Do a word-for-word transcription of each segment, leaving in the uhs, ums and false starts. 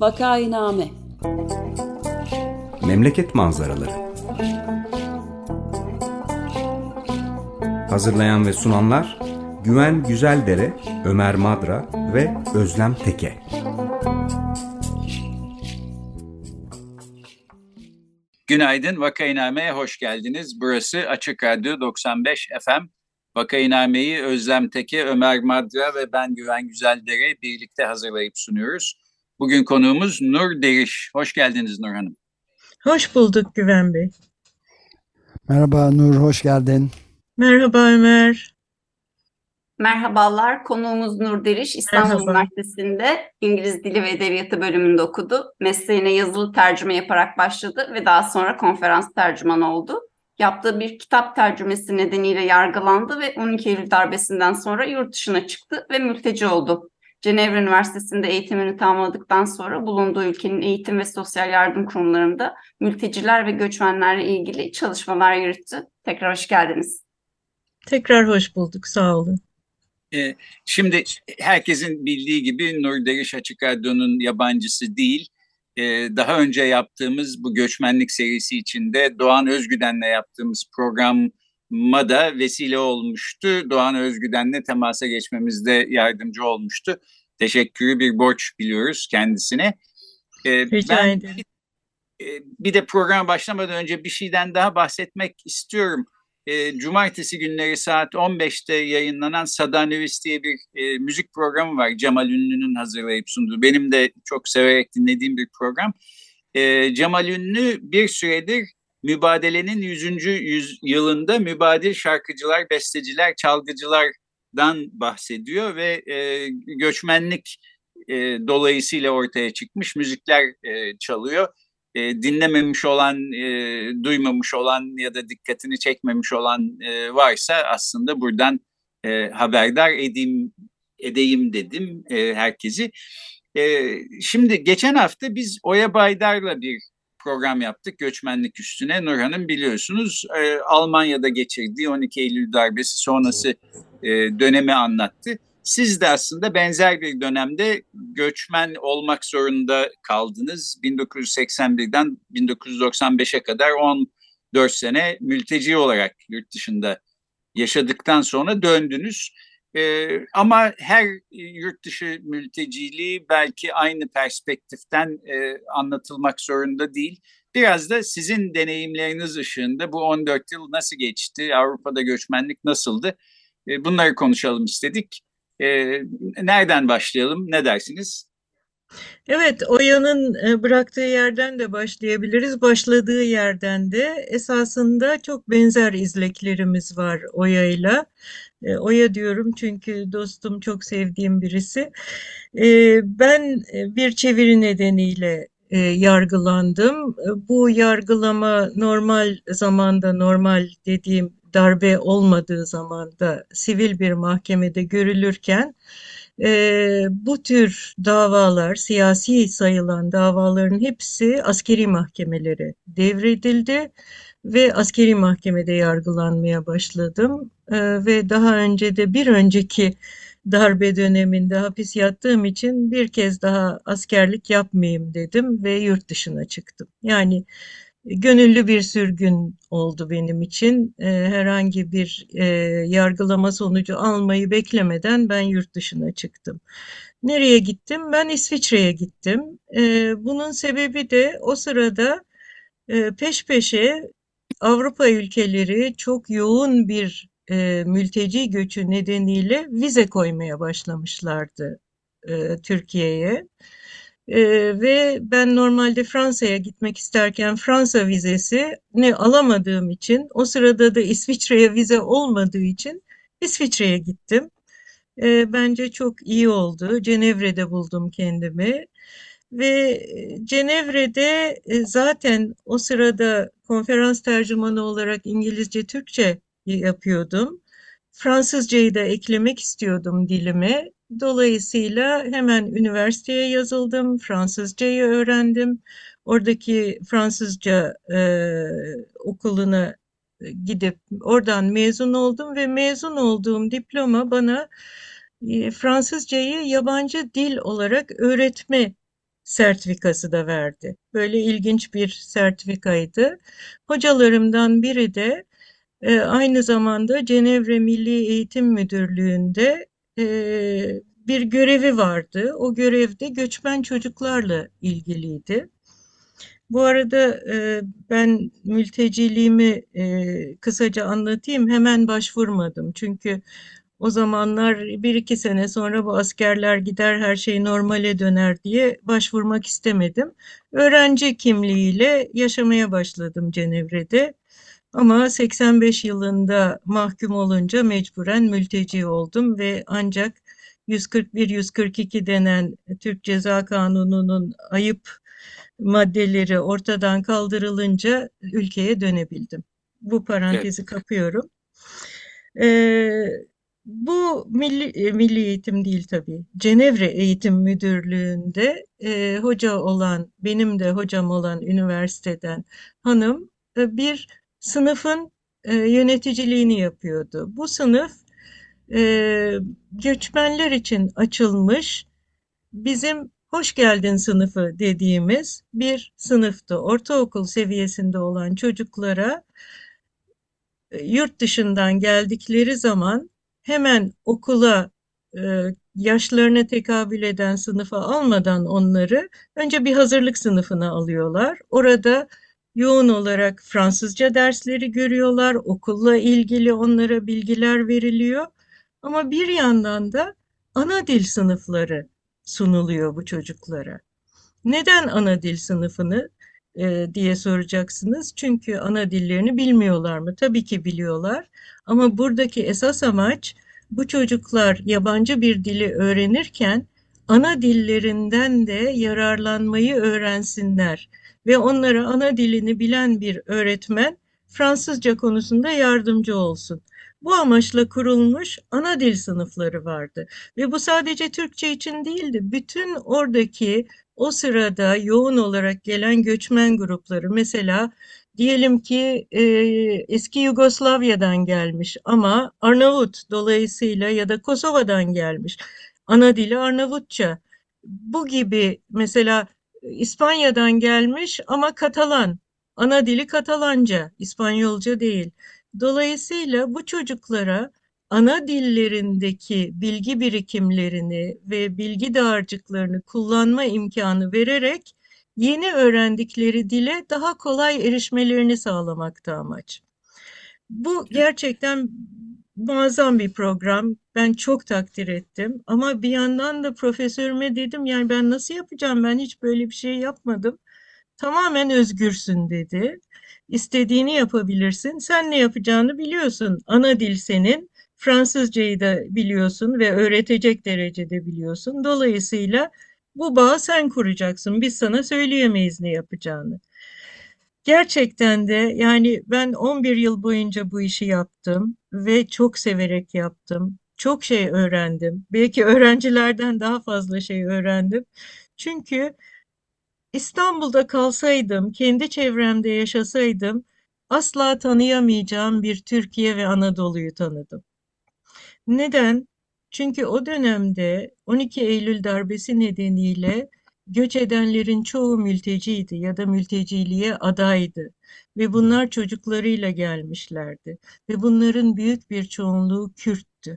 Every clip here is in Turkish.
Vakainame. Memleket manzaraları. Hazırlayan ve sunanlar Güven Güzeldere, Ömer Madra ve Özlem Teke. Günaydın, Vakainame'ye hoş geldiniz. Burası Açık Radyo doksan beş F M. Vakainame'yi Özlem Teke, Ömer Madra ve ben Güven Güzeldere birlikte hazırlayıp sunuyoruz. Bugün konuğumuz Nur Deriş. Hoş geldiniz Nur Hanım. Hoş bulduk Güven Bey. Merhaba Nur, hoş geldin. Merhaba Ömer. Merhabalar, konuğumuz Nur Deriş, İstanbul Merhaba. Üniversitesi'nde İngiliz Dili ve Edebiyatı bölümünde okudu. Mesleğine yazılı tercüme yaparak başladı ve daha sonra konferans tercümanı oldu. Yaptığı bir kitap tercümesi nedeniyle yargılandı ve on iki Eylül darbesinden sonra yurt dışına çıktı ve mülteci oldu. Cenevre Üniversitesi'nde eğitimini tamamladıktan sonra bulunduğu ülkenin eğitim ve sosyal yardım kurumlarında mülteciler ve göçmenlerle ilgili çalışmalar yürüttü. Tekrar hoş geldiniz. Tekrar hoş bulduk, sağ olun. Ee, şimdi herkesin bildiği gibi Nur Deriş Açık Radyo'nun yabancısı değil. Ee, daha önce yaptığımız bu göçmenlik serisi içinde Doğan Özgüden'le yaptığımız programa da vesile olmuştu. Doğan Özgüden'le temasa geçmemizde yardımcı olmuştu. Teşekkürü bir borç biliyoruz kendisine. Ee, Rica ben ederim. bir, bir de programa başlamadan önce bir şeyden daha bahsetmek istiyorum. E, Cumartesi günleri saat on beşte yayınlanan Sada Nüvis diye bir e, müzik programı var. Cemal Ünlü'nün hazırlayıp sunduğu. Benim de çok severek dinlediğim bir program. E, Cemal Ünlü bir süredir mübadelenin yüzüncü yüz yılında mübadil şarkıcılar, besteciler, çalgıcılardan bahsediyor ve e, göçmenlik e, dolayısıyla ortaya çıkmış müzikler e, çalıyor. E, dinlememiş olan, e, duymamış olan ya da dikkatini çekmemiş olan e, varsa aslında buradan e, haberdar edeyim, edeyim dedim e, herkesi. E, şimdi geçen hafta biz Oya Baydar'la bir program yaptık göçmenlik üstüne. Nur Hanım biliyorsunuz e, Almanya'da geçirdiği on iki Eylül darbesi sonrası e, dönemi anlattı. Siz de aslında benzer bir dönemde göçmen olmak zorunda kaldınız. bin dokuz yüz seksen birden bin dokuz yüz doksan beşe kadar on dört sene mülteci olarak yurt dışında yaşadıktan sonra döndünüz. Ee, ama her yurt dışı mülteciliği belki aynı perspektiften e, anlatılmak zorunda değil. Biraz da sizin deneyimleriniz ışığında bu on dört yıl nasıl geçti? Avrupa'da göçmenlik nasıldı? E, bunları konuşalım istedik. Ee, nereden başlayalım? Ne dersiniz? Evet, Oya'nın e, bıraktığı yerden de başlayabiliriz. Başladığı yerden de esasında çok benzer izleklerimiz var Oya'yla. E, Oya diyorum çünkü dostum, çok sevdiğim birisi. E, Ben e, bir çeviri nedeniyle e, yargılandım. E, Bu yargılama normal zamanda, normal dediğim darbe olmadığı zamanda sivil bir mahkemede görülürken e, bu tür davalar, siyasi sayılan davaların hepsi askeri mahkemelere devredildi ve askeri mahkemede yargılanmaya başladım. E, ve daha önce de bir önceki darbe döneminde hapis yattığım için bir kez daha askerlik yapmayayım dedim ve yurt dışına çıktım. Yani gönüllü bir sürgün oldu benim için. E, herhangi bir e, yargılama sonucu almayı beklemeden ben yurt dışına çıktım. Nereye gittim? Ben İsviçre'ye gittim. E, bunun sebebi de o sırada e, peş peşe Avrupa ülkeleri çok yoğun bir e, mülteci göçü nedeniyle vize koymaya başlamışlardı e, Türkiye'ye. Ee, ve ben normalde Fransa'ya gitmek isterken Fransa vizesi ne alamadığım için, o sırada da İsviçre'ye vize olmadığı için İsviçre'ye gittim. Ee, bence çok iyi oldu. Cenevre'de buldum kendimi ve e, Cenevre'de e, zaten o sırada konferans tercümanı olarak İngilizce, Türkçe yapıyordum. Fransızcayı da eklemek istiyordum dilime. Dolayısıyla hemen üniversiteye yazıldım, Fransızcayı öğrendim. Oradaki Fransızca e, okuluna gidip oradan mezun oldum ve mezun olduğum diploma bana e, Fransızcayı yabancı dil olarak öğretme sertifikası da verdi. Böyle ilginç bir sertifikaydı. Hocalarımdan biri de e, aynı zamanda Cenevre Milli Eğitim Müdürlüğü'nde e, bir görevi vardı. O görevde göçmen çocuklarla ilgiliydi. Bu arada e, ben mülteciliğimi e, kısaca anlatayım. Hemen başvurmadım. Çünkü o zamanlar bir iki sene sonra bu askerler gider her şey normale döner diye başvurmak istemedim. Öğrenci kimliğiyle yaşamaya başladım Cenevre'de. Ama seksen beş yılında mahkum olunca mecburen mülteci oldum ve ancak yüz kırk bir yüz kırk iki denen Türk Ceza Kanunu'nun ayıp maddeleri ortadan kaldırılınca ülkeye dönebildim. Bu parantezi kapıyorum. Ee, bu milli, e, milli eğitim değil tabii. Cenevre Eğitim Müdürlüğü'nde e, hoca olan, benim de hocam olan üniversiteden hanım e, bir sınıfın e, yöneticiliğini yapıyordu. Bu sınıf e, göçmenler için açılmış bizim hoş geldin sınıfı dediğimiz bir sınıftı. Ortaokul seviyesinde olan çocuklara e, yurt dışından geldikleri zaman hemen okula e, yaşlarına tekabül eden sınıfa almadan onları önce bir hazırlık sınıfına alıyorlar. Orada yoğun olarak Fransızca dersleri görüyorlar. Okulla ilgili onlara bilgiler veriliyor. Ama bir yandan da ana dil sınıfları sunuluyor bu çocuklara. Neden ana dil sınıfını e, diye soracaksınız. Çünkü ana dillerini bilmiyorlar mı? Tabii ki biliyorlar. Ama buradaki esas amaç bu çocuklar yabancı bir dili öğrenirken ana dillerinden de yararlanmayı öğrensinler. Ve onlara ana dilini bilen bir öğretmen Fransızca konusunda yardımcı olsun. Bu amaçla kurulmuş ana dil sınıfları vardı. Ve bu sadece Türkçe için değildi. Bütün oradaki o sırada yoğun olarak gelen göçmen grupları, mesela diyelim ki e, eski Yugoslavya'dan gelmiş ama Arnavut dolayısıyla ya da Kosova'dan gelmiş. Ana dili Arnavutça. Bu gibi mesela İspanya'dan gelmiş ama Katalan. Ana dili Katalanca, İspanyolca değil. Dolayısıyla bu çocuklara ana dillerindeki bilgi birikimlerini ve bilgi dağarcıklarını kullanma imkanı vererek yeni öğrendikleri dile daha kolay erişmelerini sağlamakta amaç. Bu gerçekten muazzam bir program. Ben çok takdir ettim. Ama bir yandan da profesörüme dedim yani ben nasıl yapacağım? Ben hiç böyle bir şey yapmadım. Tamamen özgürsün dedi. İstediğini yapabilirsin. Sen ne yapacağını biliyorsun. Ana dil senin. Fransızcayı da biliyorsun ve öğretecek derecede biliyorsun. Dolayısıyla bu bağı sen kuracaksın. Biz sana söyleyemeyiz ne yapacağını. Gerçekten de yani ben on bir yıl boyunca bu işi yaptım ve çok severek yaptım. Çok şey öğrendim. Belki öğrencilerden daha fazla şey öğrendim. Çünkü İstanbul'da kalsaydım, kendi çevremde yaşasaydım asla tanıyamayacağım bir Türkiye ve Anadolu'yu tanıdım. Neden? Çünkü o dönemde on iki Eylül darbesi nedeniyle göç edenlerin çoğu mülteciydi ya da mülteciliğe adaydı ve bunlar çocuklarıyla gelmişlerdi ve bunların büyük bir çoğunluğu Kürttü.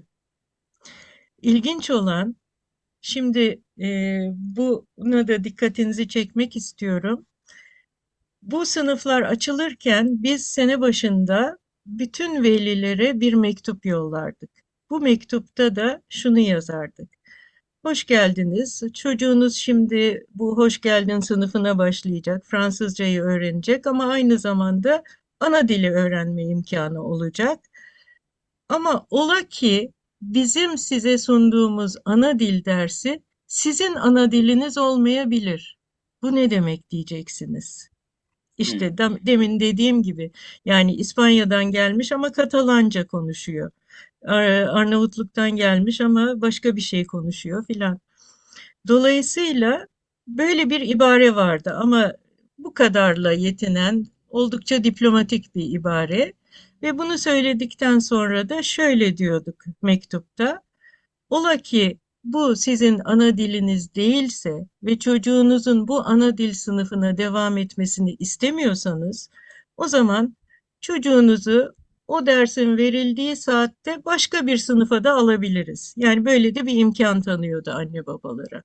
İlginç olan, şimdi e, buna da dikkatinizi çekmek istiyorum. Bu sınıflar açılırken biz sene başında bütün velilere bir mektup yollardık. Bu mektupta da şunu yazardık. Hoş geldiniz. Çocuğunuz şimdi bu hoş geldin sınıfına başlayacak. Fransızcayı öğrenecek ama aynı zamanda ana dili öğrenme imkanı olacak. Ama ola ki bizim size sunduğumuz ana dil dersi sizin ana diliniz olmayabilir. Bu ne demek diyeceksiniz? İşte demin dediğim gibi yani İspanya'dan gelmiş ama Katalanca konuşuyor. Arnavutluk'tan gelmiş ama başka bir şey konuşuyor filan. Dolayısıyla böyle bir ibare vardı ama bu kadarla yetinen oldukça diplomatik bir ibare. Ve bunu söyledikten sonra da şöyle diyorduk mektupta. Ola ki bu sizin ana diliniz değilse ve çocuğunuzun bu ana dil sınıfına devam etmesini istemiyorsanız, o zaman çocuğunuzu o dersin verildiği saatte başka bir sınıfa da alabiliriz. Yani böyle de bir imkan tanıyordu anne babalara.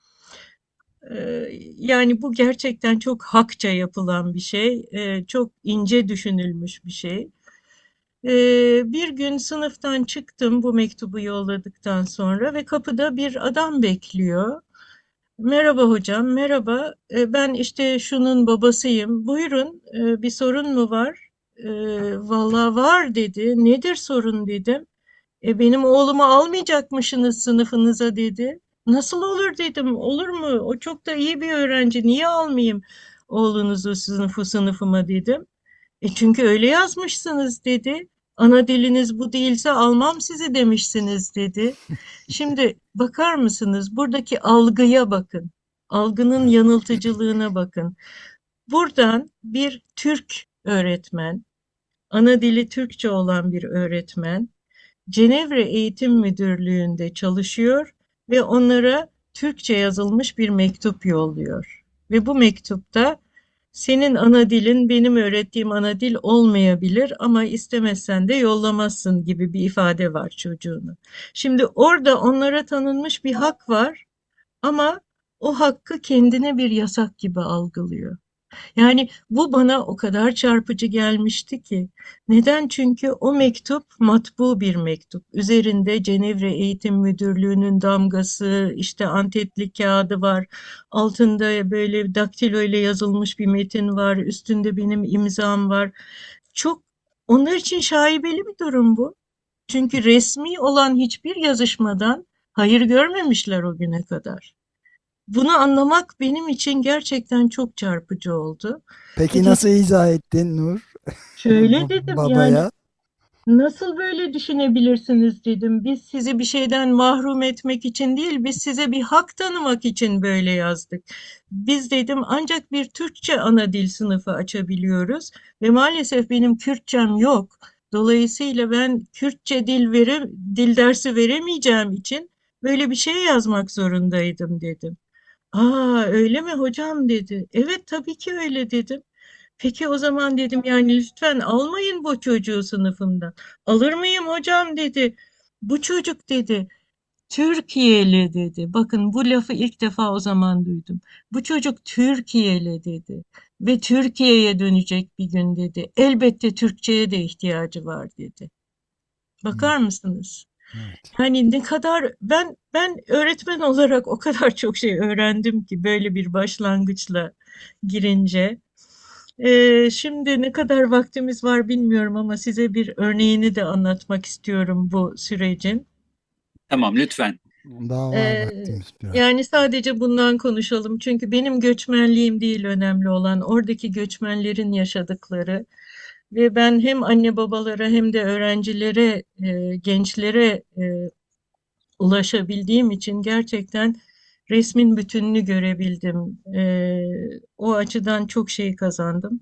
Ee, Yani bu gerçekten çok hakça yapılan bir şey, ee, çok ince düşünülmüş bir şey. Ee, bir gün sınıftan çıktım bu mektubu yolladıktan sonra ve kapıda bir adam bekliyor. Merhaba hocam, merhaba. Ee, ben işte şunun babasıyım. Buyurun, ee, bir sorun mu var? Ee, Valla var dedi. Nedir sorun dedim. E, benim oğlumu almayacakmışsınız sınıfınıza dedi. Nasıl olur dedim. Olur mu? O çok da iyi bir öğrenci. Niye almayayım oğlunuzu sınıfı sınıfıma dedim. E çünkü öyle yazmışsınız dedi. Ana diliniz bu değilse almam sizi demişsiniz dedi. Şimdi bakar mısınız? Buradaki algıya bakın. Algının yanıltıcılığına bakın. Buradan bir Türk öğretmen, ana dili Türkçe olan bir öğretmen, Cenevre Eğitim Müdürlüğü'nde çalışıyor ve onlara Türkçe yazılmış bir mektup yolluyor. Ve bu mektupta senin ana dilin benim öğrettiğim ana dil olmayabilir ama istemezsen de yollamazsın gibi bir ifade var çocuğunu. Şimdi orada onlara tanınmış bir hak var ama o hakkı kendine bir yasak gibi algılıyor. Yani bu bana o kadar çarpıcı gelmişti ki. Neden? Çünkü o mektup matbu bir mektup. Üzerinde Cenevre Eğitim Müdürlüğü'nün damgası, işte antetli kağıdı var. Altında böyle daktilo ile yazılmış bir metin var. Üstünde benim imzam var. Çok onlar için şaibeli bir durum bu. Çünkü resmi olan hiçbir yazışmadan hayır görmemişler o güne kadar. Bunu anlamak benim için gerçekten çok çarpıcı oldu. Peki Peki nasıl izah ettin Nur şöyle dedim yani babaya? nasıl böyle düşünebilirsiniz dedim. Biz sizi bir şeyden mahrum etmek için değil, biz size bir hak tanımak için böyle yazdık. Biz dedim ancak bir Türkçe ana dil sınıfı açabiliyoruz ve maalesef benim Kürtçem yok. Dolayısıyla ben Kürtçe dil vere, dil dersi veremeyeceğim için böyle bir şey yazmak zorundaydım dedim. Aa öyle mi hocam dedi. Evet tabii ki öyle dedim. Peki o zaman dedim yani lütfen almayın bu çocuğu sınıfımdan. Alır mıyım hocam dedi. Bu çocuk dedi Türkiye'li dedi. Bakın bu lafı ilk defa o zaman duydum. Bu çocuk Türkiye'li dedi. Ve Türkiye'ye dönecek bir gün dedi. Elbette Türkçe'ye de ihtiyacı var dedi. Bakar mısınız? Evet. Yani ne kadar ben ben öğretmen olarak o kadar çok şey öğrendim ki böyle bir başlangıçla girince. Ee, şimdi ne kadar vaktimiz var bilmiyorum ama size bir örneğini de anlatmak istiyorum bu sürecin. Tamam, lütfen. Daha var Ee, vaktimiz biraz. Yani sadece bundan konuşalım. Çünkü benim göçmenliğim değil önemli olan oradaki göçmenlerin yaşadıkları. Ve ben hem anne babalara hem de öğrencilere, e, gençlere e, ulaşabildiğim için gerçekten resmin bütününü görebildim. Ee, o açıdan çok şey kazandım.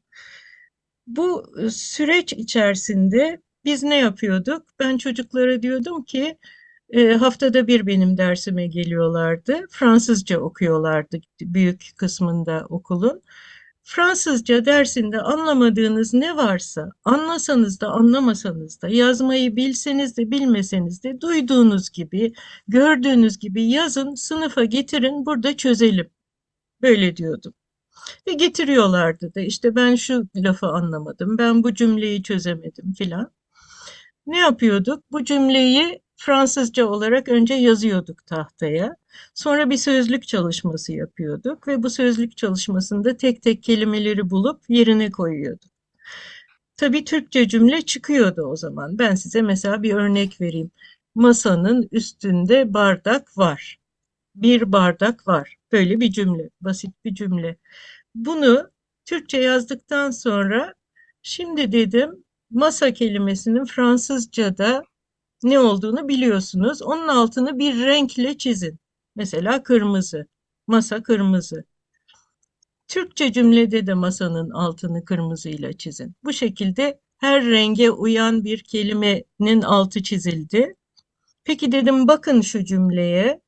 Bu e, süreç içerisinde biz ne yapıyorduk? Ben çocuklara diyordum ki e, haftada bir benim dersime geliyorlardı. Fransızca okuyorlardı büyük kısmında okulun. Fransızca dersinde anlamadığınız ne varsa, anlasanız da anlamasanız da, yazmayı bilseniz de bilmeseniz de duyduğunuz gibi, gördüğünüz gibi yazın, sınıfa getirin, burada çözelim. Böyle diyordum. Ve getiriyorlardı da işte ben şu lafı anlamadım, ben bu cümleyi çözemedim filan. Ne yapıyorduk? Bu cümleyi Fransızca olarak önce yazıyorduk tahtaya. Sonra bir sözlük çalışması yapıyorduk ve bu sözlük çalışmasında tek tek kelimeleri bulup yerine koyuyorduk. Tabii Türkçe cümle çıkıyordu o zaman. Ben size mesela bir örnek vereyim. Masanın üstünde bardak var. Bir bardak var. Böyle bir cümle, basit bir cümle. Bunu Türkçe yazdıktan sonra şimdi dedim masa kelimesinin Fransızca'da ne olduğunu biliyorsunuz. Onun altını bir renkle çizin. Mesela kırmızı. Masa kırmızı. Türkçe cümlede de masanın altını kırmızıyla çizin. Bu şekilde her renge uyan bir kelimenin altı çizildi. Peki dedim bakın şu cümleye.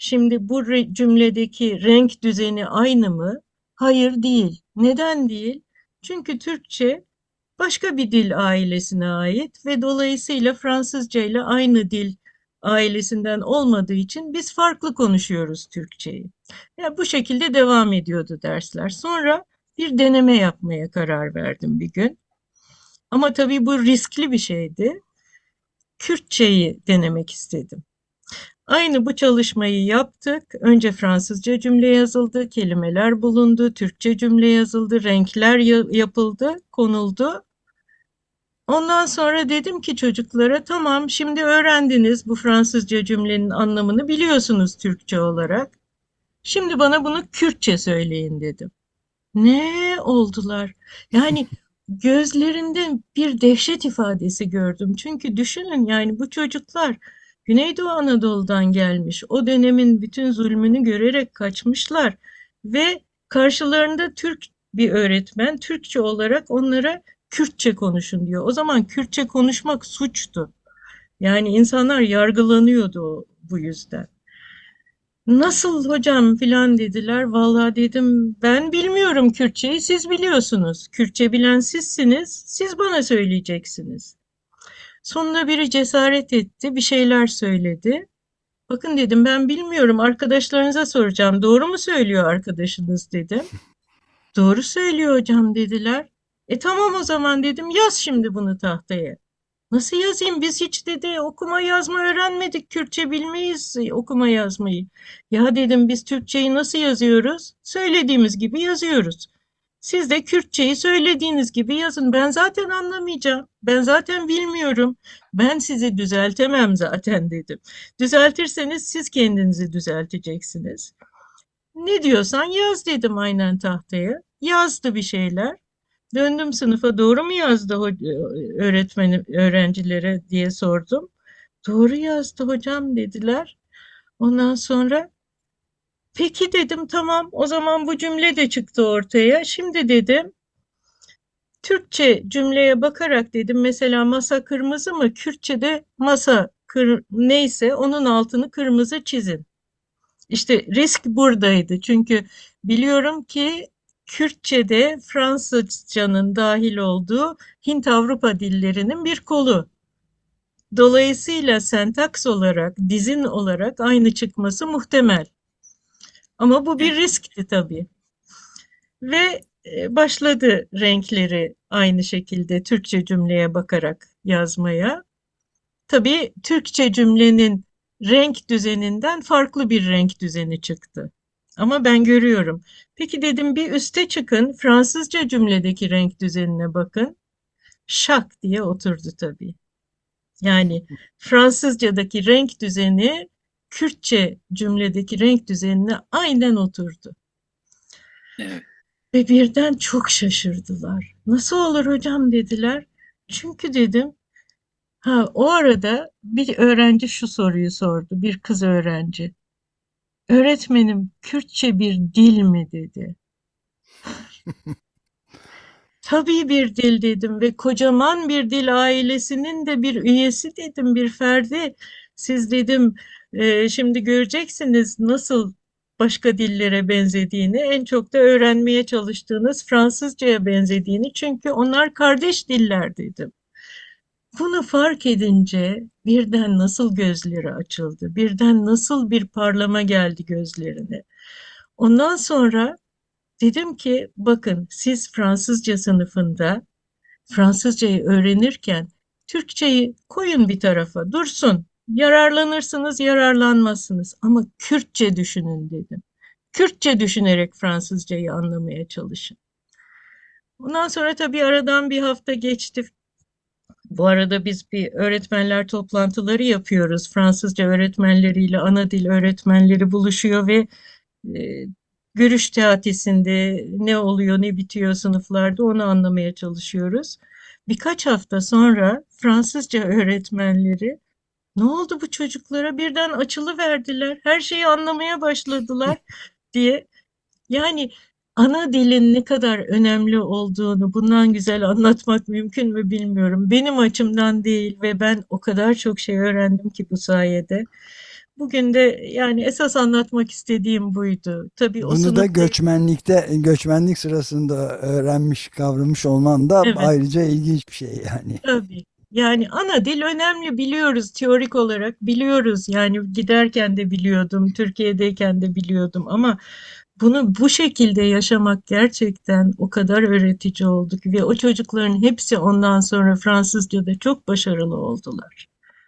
Şimdi bu re- cümledeki renk düzeni aynı mı? Hayır değil. Neden değil? Çünkü Türkçe başka bir dil ailesine ait ve dolayısıyla Fransızca ile aynı dil ailesinden olmadığı için biz farklı konuşuyoruz Türkçeyi. Ya bu şekilde devam ediyordu dersler. Sonra bir deneme yapmaya karar verdim bir gün. Ama tabii bu riskli bir şeydi. Kürtçeyi denemek istedim. Aynı bu çalışmayı yaptık. Önce Fransızca cümle yazıldı, kelimeler bulundu, Türkçe cümle yazıldı, renkler yapıldı, konuldu. Ondan sonra dedim ki çocuklara tamam şimdi öğrendiniz bu Fransızca cümlenin anlamını biliyorsunuz Türkçe olarak. Şimdi bana bunu Kürtçe söyleyin dedim. Ne oldular? Yani gözlerinde bir dehşet ifadesi gördüm. Çünkü düşünün yani bu çocuklar Güneydoğu Anadolu'dan gelmiş. O dönemin bütün zulmünü görerek kaçmışlar ve karşılarında Türk bir öğretmen Türkçe olarak onlara Kürtçe konuşun diyor. O zaman Kürtçe konuşmak suçtu. Yani insanlar yargılanıyordu bu yüzden. Nasıl hocam filan dediler. Vallahi dedim ben bilmiyorum Kürtçeyi siz biliyorsunuz. Kürtçe bilen sizsiniz. Siz bana söyleyeceksiniz. Sonunda biri cesaret etti, bir şeyler söyledi. Bakın dedim ben bilmiyorum arkadaşlarınıza soracağım. Doğru mu söylüyor arkadaşınız dedim. Doğru söylüyor hocam dediler. E tamam o zaman dedim yaz şimdi bunu tahtaya. Nasıl yazayım? Biz hiç dedi okuma yazma öğrenmedik. Kürtçe bilmeyiz okuma yazmayı. Ya dedim biz Türkçeyi nasıl yazıyoruz? Söylediğimiz gibi yazıyoruz. Siz de Kürtçeyi söylediğiniz gibi yazın. Ben zaten anlamayacağım. Ben zaten bilmiyorum. Ben sizi düzeltemem zaten dedim. Düzeltirseniz siz kendinizi düzelteceksiniz. Ne diyorsan yaz dedim aynen tahtaya. Yazdı bir şeyler. Döndüm sınıfa doğru mu yazdı öğretmenim öğrencilere diye sordum. Doğru yazdı hocam dediler. Ondan sonra peki dedim tamam o zaman bu cümle de çıktı ortaya. Şimdi dedim Türkçe cümleye bakarak dedim mesela masa kırmızı mı? Kürtçe'de masa kır, neyse onun altını kırmızı çizin. İşte risk buradaydı. Çünkü biliyorum ki Kürtçe'de Fransızcanın dahil olduğu Hint-Avrupa dillerinin bir kolu. Dolayısıyla sentaks olarak, dizin olarak aynı çıkması muhtemel. Ama bu bir riskti tabii. Ve başladı renkleri aynı şekilde Türkçe cümleye bakarak yazmaya. Tabii Türkçe cümlenin renk düzeninden farklı bir renk düzeni çıktı. Ama ben görüyorum. Peki dedim bir üste çıkın, Fransızca cümledeki renk düzenine bakın. Şak diye oturdu tabii. Yani Fransızcadaki renk düzeni Kürtçe cümledeki renk düzenine aynen oturdu. Evet. Ve birden çok şaşırdılar. Nasıl olur hocam dediler. Çünkü dedim ha o arada bir öğrenci şu soruyu sordu. Bir kız öğrenci. Öğretmenim Kürtçe bir dil mi dedi. Tabii bir dil dedim ve kocaman bir dil ailesinin de bir üyesi dedim, bir ferdi. Siz dedim e, şimdi göreceksiniz nasıl başka dillere benzediğini, en çok da öğrenmeye çalıştığınız Fransızcaya benzediğini. Çünkü onlar kardeş diller dedim. Bunu fark edince birden nasıl gözleri açıldı, birden nasıl bir parlama geldi gözlerine. Ondan sonra dedim ki bakın siz Fransızca sınıfında Fransızcayı öğrenirken Türkçeyi koyun bir tarafa dursun. Yararlanırsınız, yararlanmazsınız ama Kürtçe düşünün dedim. Kürtçe düşünerek Fransızcayı anlamaya çalışın. Ondan sonra tabii aradan bir hafta geçti. Bu arada biz bir öğretmenler toplantıları yapıyoruz. Fransızca öğretmenleriyle ana dil öğretmenleri buluşuyor ve e, görüş teatisinde ne oluyor ne bitiyor sınıflarda onu anlamaya çalışıyoruz. Birkaç hafta sonra Fransızca öğretmenleri ne oldu bu çocuklara birden açılıverdiler, her şeyi anlamaya başladılar diye. Yani ana dilin ne kadar önemli olduğunu bundan güzel anlatmak mümkün mü bilmiyorum. Benim açımdan değil ve ben o kadar çok şey öğrendim ki bu sayede. Bugün de yani esas anlatmak istediğim buydu. Tabii o Bunu da sınıfta, göçmenlikte, göçmenlik sırasında öğrenmiş, kavramış olman da evet, ayrıca ilginç bir şey yani. tabii. Yani ana dil önemli, biliyoruz, teorik olarak biliyoruz. Yani giderken de biliyordum, Türkiye'deyken de biliyordum ama bunu bu şekilde yaşamak gerçekten o kadar öğretici oldu ki ve o çocukların hepsi ondan sonra Fransızca'da çok başarılı oldular.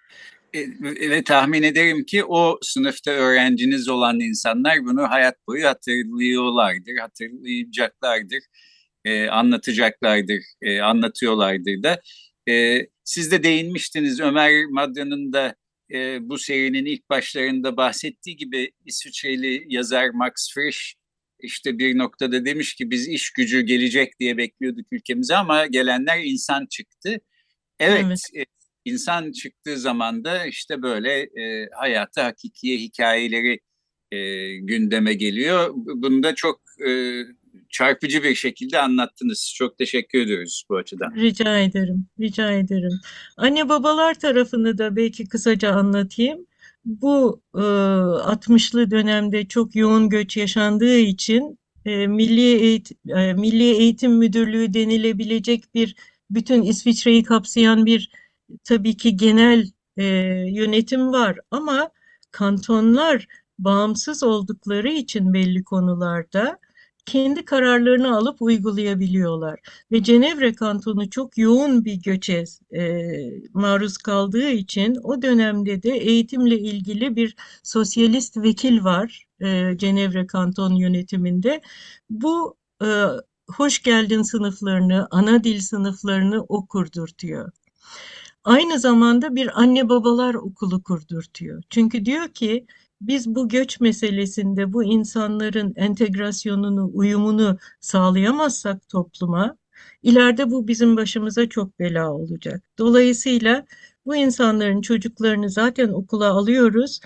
E, Ve tahmin ederim ki o sınıfta öğrenciniz olan insanlar bunu hayat boyu hatırlıyorlardır, hatırlayacaklardır, e, anlatacaklardır, e, anlatıyorlardır da. E, siz de değinmiştiniz, Ömer Madra'nın da e, bu serinin ilk başlarında bahsettiği gibi İsviçreli yazar Max Frisch işte bir noktada demiş ki biz iş gücü gelecek diye bekliyorduk ülkemize ama gelenler insan çıktı. Evet. Evet, e, insan çıktığı zaman da işte böyle e, hayatı, hakikiye, hikayeleri e, gündeme geliyor. Bunu da çok e, çarpıcı bir şekilde anlattınız. Çok teşekkür ediyoruz bu açıdan. Rica ederim, rica ederim. Anne babalar tarafını da belki kısaca anlatayım. Bu e, altmışlı dönemde çok yoğun göç yaşandığı için e, Milli Eğitim, e, Milli Eğitim Müdürlüğü denilebilecek bir bütün İsviçre'yi kapsayan bir tabii ki genel e, yönetim var ama kantonlar bağımsız oldukları için belli konularda kendi kararlarını alıp uygulayabiliyorlar. Ve Cenevre kantonu çok yoğun bir göçe e, maruz kaldığı için o dönemde de eğitimle ilgili bir sosyalist vekil var e, Cenevre kanton yönetiminde. Bu e, hoş geldin sınıflarını, ana dil sınıflarını o kurdurtuyor. Aynı zamanda bir anne babalar okulu kurdurtuyor. Çünkü diyor ki biz bu göç meselesinde bu insanların entegrasyonunu, uyumunu sağlayamazsak topluma, ileride bu bizim başımıza çok bela olacak. Dolayısıyla bu insanların çocuklarını zaten okula alıyoruz.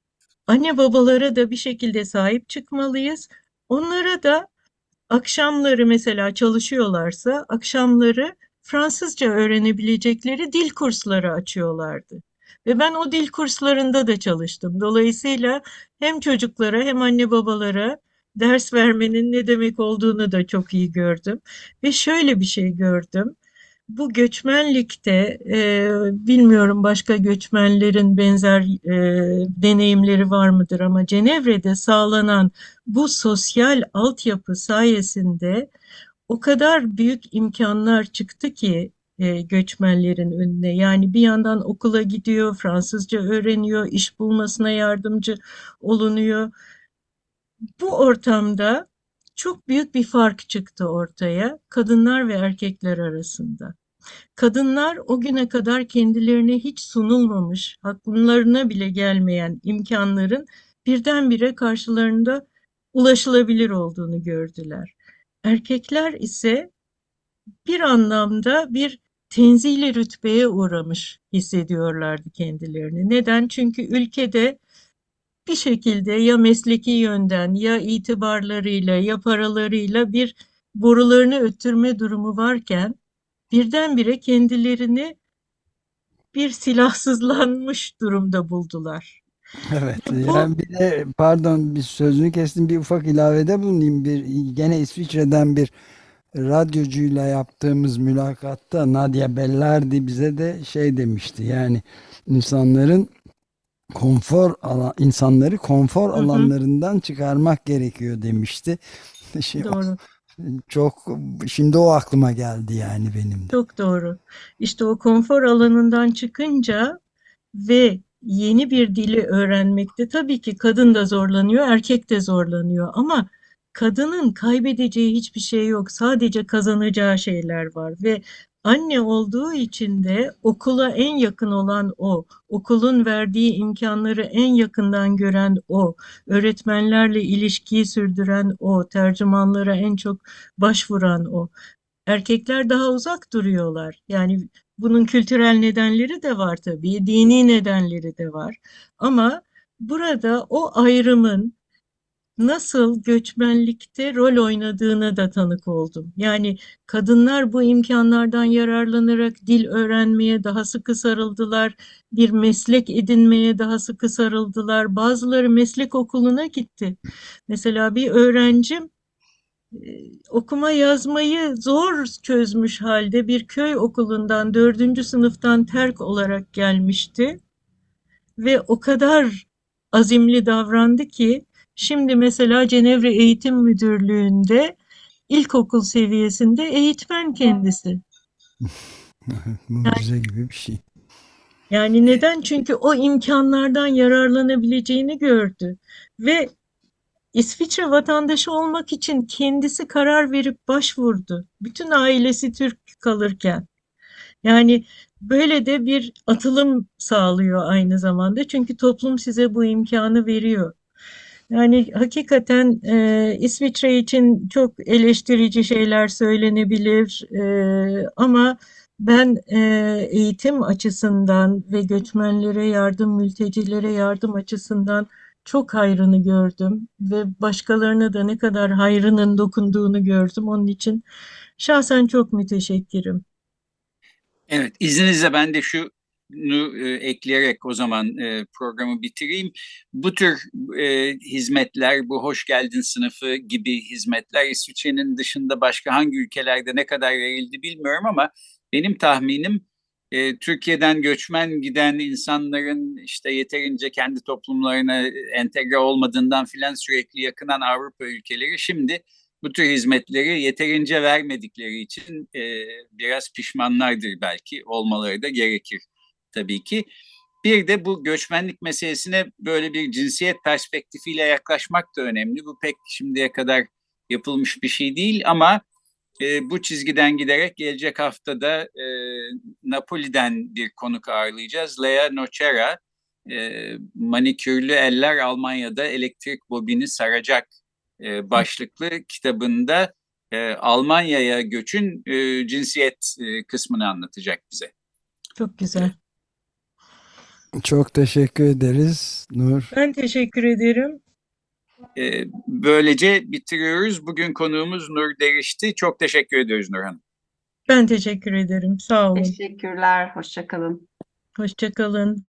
Anne babalara da bir şekilde sahip çıkmalıyız. Onlara da akşamları mesela çalışıyorlarsa akşamları Fransızca öğrenebilecekleri dil kursları açıyorlardı. Ve ben o dil kurslarında da çalıştım. Dolayısıyla hem çocuklara hem anne babalara ders vermenin ne demek olduğunu da çok iyi gördüm. Ve şöyle bir şey gördüm. Bu göçmenlikte e, bilmiyorum başka göçmenlerin benzer e, deneyimleri var mıdır ama Cenevre'de sağlanan bu sosyal altyapı sayesinde o kadar büyük imkanlar çıktı ki e, göçmenlerin önüne. Yani bir yandan okula gidiyor, Fransızca öğreniyor, iş bulmasına yardımcı olunuyor. Bu ortamda çok büyük bir fark çıktı ortaya kadınlar ve erkekler arasında. Kadınlar o güne kadar kendilerine hiç sunulmamış, akllarına bile gelmeyen imkanların birdenbire karşılarında ulaşılabilir olduğunu gördüler. Erkekler ise bir anlamda bir tenzili rütbeye uğramış hissediyorlardı kendilerini. Neden? Çünkü ülkede bir şekilde ya mesleki yönden ya itibarlarıyla ya paralarıyla bir borularını öttürme durumu varken birdenbire kendilerini bir silahsızlanmış durumda buldular. Evet, Ve bu yani bir de pardon bir sözünü kestim, bir ufak ilavede bulunayım. Bir gene İsviçre'den bir radyocuyla yaptığımız mülakatta Nadia Bellardi bize de şey demişti. Yani insanların konfor alan insanları konfor hı hı, alanlarından çıkarmak gerekiyor demişti. Şey, doğru. çok şimdi o aklıma geldi yani benim de. Çok doğru. İşte o konfor alanından çıkınca ve yeni bir dili öğrenmekte tabii ki kadın da zorlanıyor, erkek de zorlanıyor ama kadının kaybedeceği hiçbir şey yok. Sadece kazanacağı şeyler var ve anne olduğu için de okula en yakın olan o, okulun verdiği imkanları en yakından gören o, öğretmenlerle ilişkiyi sürdüren o, tercümanlara en çok başvuran o. Erkekler daha uzak duruyorlar. Yani bunun kültürel nedenleri de var tabii, dini nedenleri de var. Ama burada o ayrımın nasıl göçmenlikte rol oynadığına da tanık oldum. Yani kadınlar bu imkanlardan yararlanarak dil öğrenmeye daha sıkı sarıldılar, bir meslek edinmeye daha sıkı sarıldılar. Bazıları meslek okuluna gitti. Mesela bir öğrencim e, okuma yazmayı zor çözmüş halde bir köy okulundan dördüncü sınıftan terk olarak gelmişti. Ve o kadar azimli davrandı ki şimdi mesela Cenevre Eğitim Müdürlüğü'nde ilkokul seviyesinde eğitmen kendisi. Mucize gibi bir şey. Yani neden? Çünkü o imkanlardan yararlanabileceğini gördü ve İsviçre vatandaşı olmak için kendisi karar verip başvurdu. Bütün ailesi Türk kalırken. Yani böyle de bir atılım sağlıyor aynı zamanda. Çünkü toplum size bu imkanı veriyor. Yani hakikaten e, İsviçre için çok eleştirici şeyler söylenebilir. E, ama ben e, eğitim açısından ve göçmenlere yardım, mültecilere yardım açısından çok hayrını gördüm ve başkalarına da ne kadar hayrının dokunduğunu gördüm. Onun için şahsen çok müteşekkirim. Evet, izninizle ben de şunu e, ekleyerek o zaman e, programı bitireyim. Bu tür e, hizmetler, bu hoş geldin sınıfı gibi hizmetler İsviçre'nin dışında başka hangi ülkelerde ne kadar verildi bilmiyorum ama benim tahminim e, Türkiye'den göçmen giden insanların işte yeterince kendi toplumlarına entegre olmadığından filan sürekli yakınan Avrupa ülkeleri şimdi bu tür hizmetleri yeterince vermedikleri için e, biraz pişmanlardır belki. Olmaları da gerekir tabii ki. Bir de bu göçmenlik meselesine böyle bir cinsiyet perspektifiyle yaklaşmak da önemli. Bu pek şimdiye kadar yapılmış bir şey değil ama e, bu çizgiden giderek gelecek haftada e, Napoli'den bir konuk ağırlayacağız. Lea Nocera, e, manikürlü eller Almanya'da elektrik bobini saracak e, başlıklı kitabında e, Almanya'ya göçün e, cinsiyet e, kısmını anlatacak bize. Çok güzel. Çok teşekkür ederiz Nur. Ben teşekkür ederim. E, böylece bitiriyoruz. Bugün konuğumuz Nur Derişti. Çok teşekkür ediyoruz Nur Hanım. Ben teşekkür ederim. Sağ olun. Teşekkürler, hoşça kalın. Hoşça kalın.